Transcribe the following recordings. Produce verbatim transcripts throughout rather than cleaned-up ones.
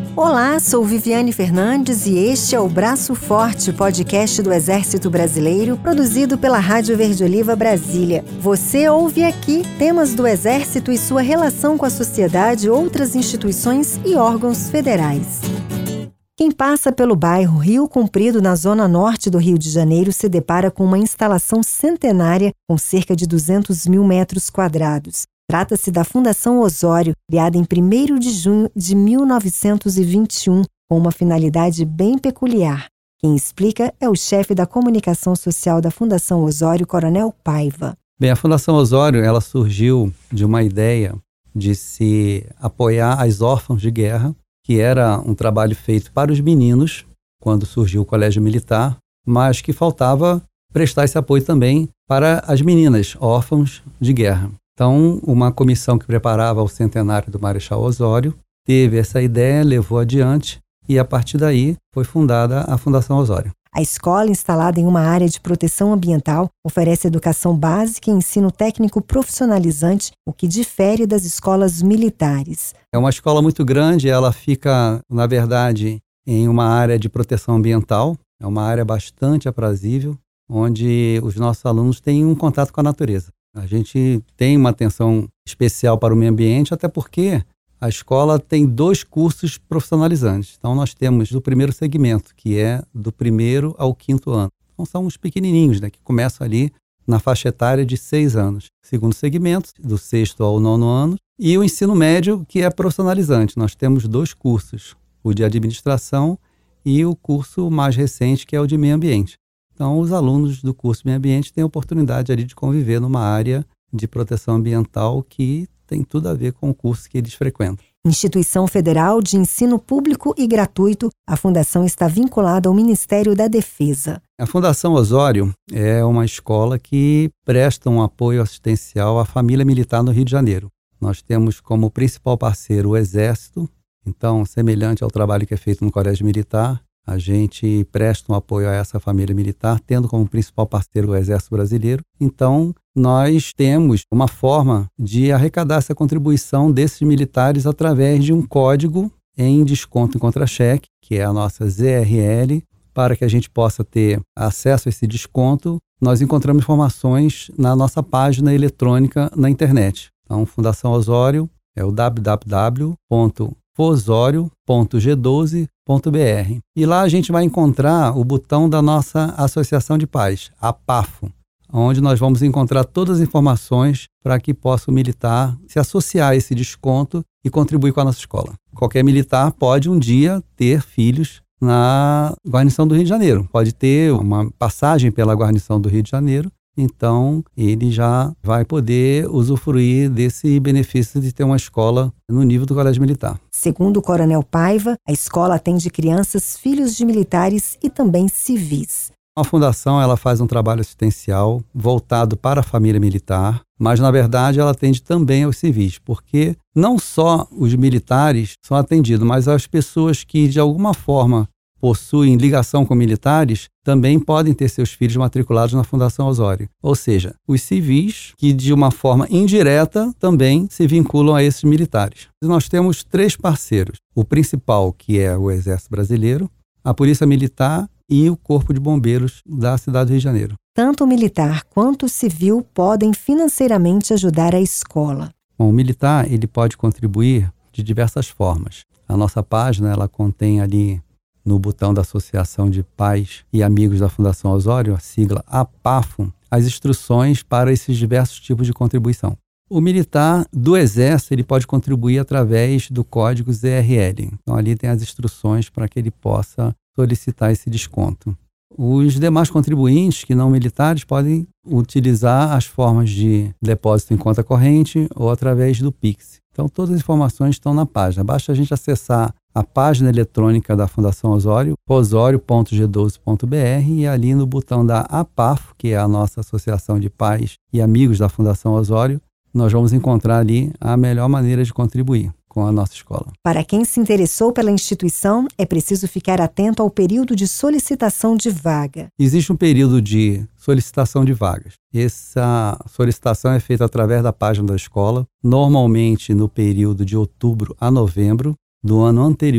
Olá, sou Viviane Fernandes e este é o Braço Forte, podcast do Exército Brasileiro, produzido pela Rádio Verde Oliva Brasília. Você ouve aqui temas do Exército e sua relação com a sociedade, outras instituições e órgãos federais. Quem passa pelo bairro Rio Comprido, na zona norte do Rio de Janeiro, se depara com uma instalação centenária com cerca de duzentos mil metros quadrados. Trata-se da Fundação Osório, criada em primeiro de junho de mil novecentos e vinte e um, com uma finalidade bem peculiar. Quem explica é o chefe da comunicação social da Fundação Osório, Coronel Paiva. Bem, a Fundação Osório ela surgiu de uma ideia de se apoiar as órfãos de guerra, que era um trabalho feito para os meninos, quando surgiu o Colégio Militar, mas que faltava prestar esse apoio também para as meninas órfãos de guerra. Então, uma comissão que preparava o centenário do Marechal Osório teve essa ideia, levou adiante e, a partir daí, foi fundada a Fundação Osório. A escola, instalada em uma área de proteção ambiental, oferece educação básica e ensino técnico profissionalizante, o que difere das escolas militares. É uma escola muito grande, ela fica, na verdade, em uma área de proteção ambiental, é uma área bastante aprazível, onde os nossos alunos têm um contato com a natureza. A gente tem uma atenção especial para o meio ambiente, até porque a escola tem dois cursos profissionalizantes. Então, nós temos o primeiro segmento, que é do primeiro ao quinto ano. Então, são os pequenininhos, né, que começam ali na faixa etária de seis anos. Segundo segmento, do sexto ao nono ano. E o ensino médio, que é profissionalizante. Nós temos dois cursos, o de administração e o curso mais recente, que é o de meio ambiente. Então, os alunos do curso Meio Ambiente têm a oportunidade ali de conviver numa área de proteção ambiental que tem tudo a ver com o curso que eles frequentam. Instituição Federal de Ensino Público e Gratuito, a Fundação está vinculada ao Ministério da Defesa. A Fundação Osório é uma escola que presta um apoio assistencial à família militar no Rio de Janeiro. Nós temos como principal parceiro o Exército, então, semelhante ao trabalho que é feito no Colégio Militar, a gente presta um apoio a essa família militar, tendo como principal parceiro o Exército Brasileiro. Então, nós temos uma forma de arrecadar essa contribuição desses militares através de um código em desconto em contra-cheque, que é a nossa Z R L. Para que a gente possa ter acesso a esse desconto, nós encontramos informações na nossa página eletrônica na internet. Então, Fundação Osório é o w w w ponto osório ponto g doze ponto b r. E lá a gente vai encontrar o botão da nossa Associação de Pais, a PAFO, onde nós vamos encontrar todas as informações para que possa o militar se associar a esse desconto e contribuir com a nossa escola. Qualquer militar pode um dia ter filhos na guarnição do Rio de Janeiro, pode ter uma passagem pela guarnição do Rio de Janeiro, então ele já vai poder usufruir desse benefício de ter uma escola no nível do Colégio Militar. Segundo o Coronel Paiva, a escola atende crianças, filhos de militares e também civis. A fundação ela faz um trabalho assistencial voltado para a família militar, mas na verdade ela atende também aos civis, porque não só os militares são atendidos, mas as pessoas que de alguma forma possuem ligação com militares também podem ter seus filhos matriculados na Fundação Osório. Ou seja, os civis que de uma forma indireta também se vinculam a esses militares. Nós temos três parceiros. O principal, que é o Exército Brasileiro, a Polícia Militar e o Corpo de Bombeiros da cidade do Rio de Janeiro. Tanto o militar quanto o civil podem financeiramente ajudar a escola. Bom, o militar ele pode contribuir de diversas formas. A nossa página ela contém ali no botão da Associação de Pais e Amigos da Fundação Osório, a sigla A PAFO, as instruções para esses diversos tipos de contribuição. O militar do Exército ele pode contribuir através do código Z R L. Então, ali tem as instruções para que ele possa solicitar esse desconto. Os demais contribuintes que não militares podem utilizar as formas de depósito em conta corrente ou através do Pix. Então, todas as informações estão na página. Basta a gente acessar a página eletrônica da Fundação Osório, osório ponto g doze ponto b r, e ali no botão da A PAFO, que é a nossa Associação de Pais e Amigos da Fundação Osório, nós vamos encontrar ali a melhor maneira de contribuir com a nossa escola. Para quem se interessou pela instituição, é preciso ficar atento ao período de solicitação de vaga. Existe um período de solicitação de vagas. Essa solicitação é feita através da página da escola, normalmente no período de outubro a novembro do ano anterior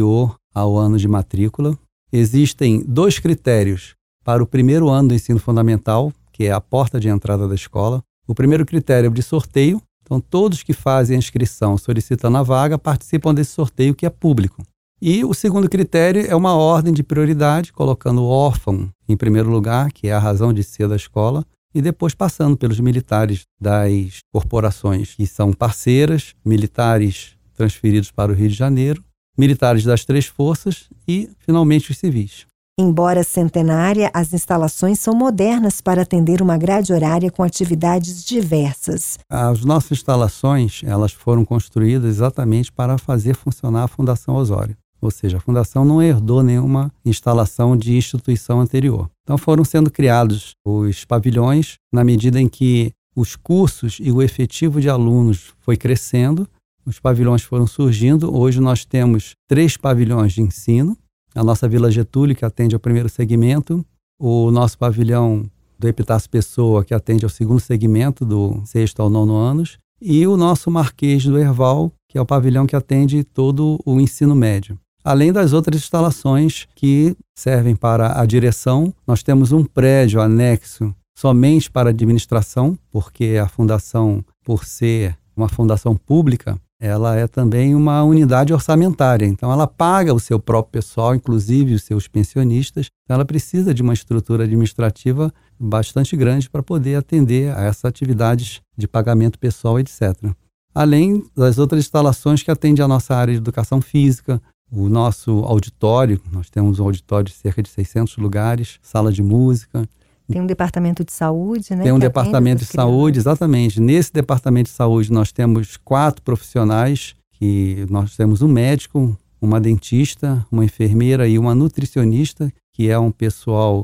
ao ano de matrícula. Existem dois critérios para o primeiro ano do ensino fundamental, que é a porta de entrada da escola. O primeiro critério é o de sorteio. Então, todos que fazem a inscrição solicitando a vaga participam desse sorteio que é público. E o segundo critério é uma ordem de prioridade, colocando o órfão em primeiro lugar, que é a razão de ser da escola, e depois passando pelos militares das corporações que são parceiras, militares transferidos para o Rio de Janeiro, militares das três forças e, finalmente, os civis. Embora centenária, as instalações são modernas para atender uma grade horária com atividades diversas. As nossas instalações, elas foram construídas exatamente para fazer funcionar a Fundação Osório. Ou seja, a Fundação não herdou nenhuma instalação de instituição anterior. Então foram sendo criados os pavilhões na medida em que os cursos e o efetivo de alunos foi crescendo, os pavilhões foram surgindo. Hoje nós temos três pavilhões de ensino. A nossa Vila Getúlio, que atende ao primeiro segmento, o nosso pavilhão do Epitácio Pessoa, que atende ao segundo segmento, do sexto ao nono anos, e o nosso Marquês do Herval, que é o pavilhão que atende todo o ensino médio. Além das outras instalações que servem para a direção, nós temos um prédio anexo somente para a administração, porque a fundação, por ser uma fundação pública, ela é também uma unidade orçamentária. Então, ela paga o seu próprio pessoal, inclusive os seus pensionistas. Então, ela precisa de uma estrutura administrativa bastante grande para poder atender a essas atividades de pagamento pessoal, etcétera. Além das outras instalações que atendem a nossa área de educação física, o nosso auditório, nós temos um auditório de cerca de seiscentos lugares, sala de música. Tem um departamento de saúde, né? Tem um departamento de saúde, exatamente. Nesse departamento de saúde nós temos quatro profissionais, que nós temos um médico, uma dentista, uma enfermeira e uma nutricionista, que é um pessoal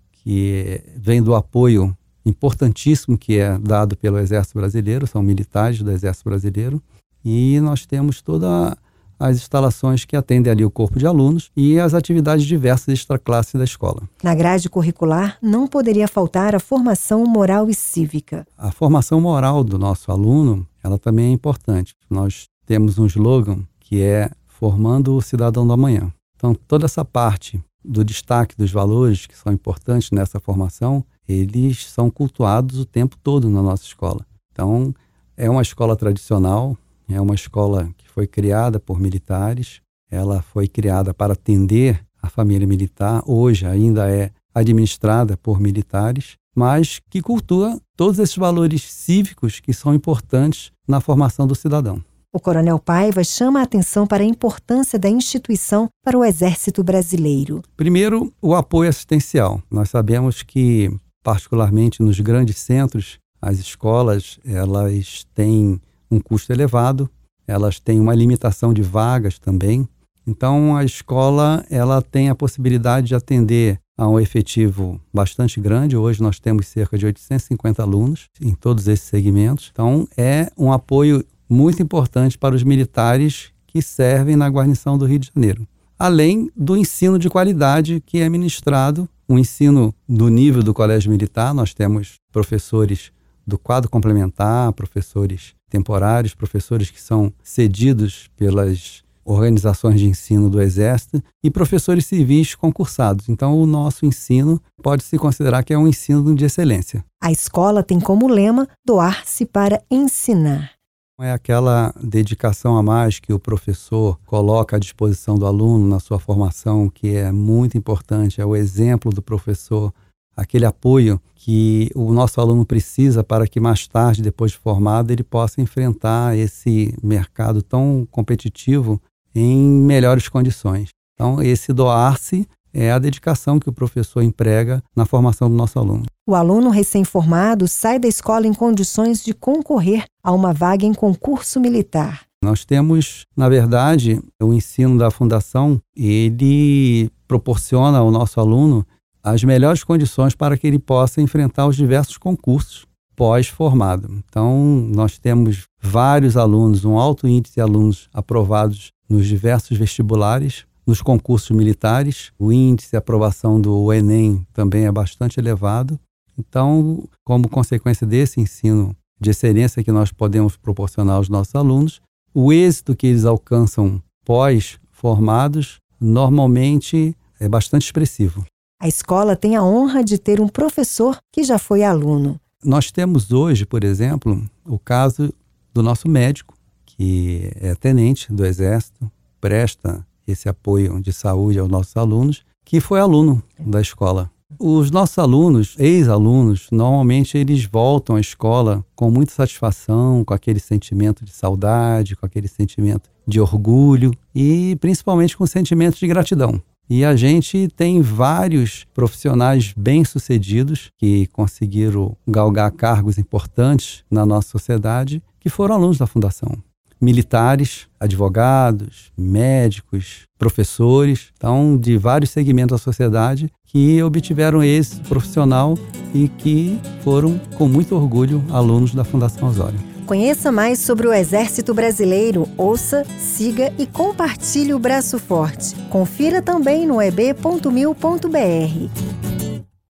que vem do apoio importantíssimo que é dado pelo Exército Brasileiro, são militares do Exército Brasileiro. E nós temos toda as instalações que atendem ali o corpo de alunos e as atividades diversas extraclasse da escola. Na grade curricular, não poderia faltar a formação moral e cívica. A formação moral do nosso aluno, ela também é importante. Nós temos um slogan que é formando o cidadão do amanhã. Então, toda essa parte do destaque dos valores que são importantes nessa formação, eles são cultuados o tempo todo na nossa escola. Então, é uma escola tradicional, é uma escola que foi criada por militares, ela foi criada para atender a família militar, hoje ainda é administrada por militares, mas que cultua todos esses valores cívicos que são importantes na formação do cidadão. O Coronel Paiva chama a atenção para a importância da instituição para o Exército Brasileiro. Primeiro, o apoio assistencial. Nós sabemos que, particularmente nos grandes centros, as escolas elas têm um custo elevado, elas têm uma limitação de vagas também. Então, a escola ela tem a possibilidade de atender a um efetivo bastante grande. Hoje nós temos cerca de oitocentos e cinquenta alunos em todos esses segmentos. Então, é um apoio muito importante para os militares que servem na guarnição do Rio de Janeiro. Além do ensino de qualidade que é ministrado, um ensino do nível do Colégio Militar. Nós temos professores do quadro complementar, professores temporários, professores que são cedidos pelas organizações de ensino do Exército e professores civis concursados. Então, o nosso ensino pode-se considerar que é um ensino de excelência. A escola tem como lema doar-se para ensinar. É aquela dedicação a mais que o professor coloca à disposição do aluno na sua formação, que é muito importante, é o exemplo do professor, aquele apoio que o nosso aluno precisa para que mais tarde, depois de formado, ele possa enfrentar esse mercado tão competitivo em melhores condições. Então, esse doar-se é a dedicação que o professor emprega na formação do nosso aluno. O aluno recém-formado sai da escola em condições de concorrer a uma vaga em concurso militar. Nós temos, na verdade, o ensino da Fundação, ele proporciona ao nosso aluno as melhores condições para que ele possa enfrentar os diversos concursos pós-formado. Então, nós temos vários alunos, um alto índice de alunos aprovados nos diversos vestibulares, nos concursos militares. O índice de aprovação do Enem também é bastante elevado. Então, como consequência desse ensino de excelência que nós podemos proporcionar aos nossos alunos, o êxito que eles alcançam pós-formados normalmente é bastante expressivo. A escola tem a honra de ter um professor que já foi aluno. Nós temos hoje, por exemplo, o caso do nosso médico, que é tenente do Exército, presta esse apoio de saúde aos nossos alunos, que foi aluno da escola. Os nossos alunos, ex-alunos, normalmente eles voltam à escola com muita satisfação, com aquele sentimento de saudade, com aquele sentimento de orgulho e principalmente com sentimento de gratidão. E a gente tem vários profissionais bem-sucedidos que conseguiram galgar cargos importantes na nossa sociedade, que foram alunos da Fundação. Militares, advogados, médicos, professores, então de vários segmentos da sociedade que obtiveram êxito profissional e que foram com muito orgulho alunos da Fundação Osório. Conheça mais sobre o Exército Brasileiro, ouça, siga e compartilhe o Braço Forte. Confira também no e b ponto mil ponto b r.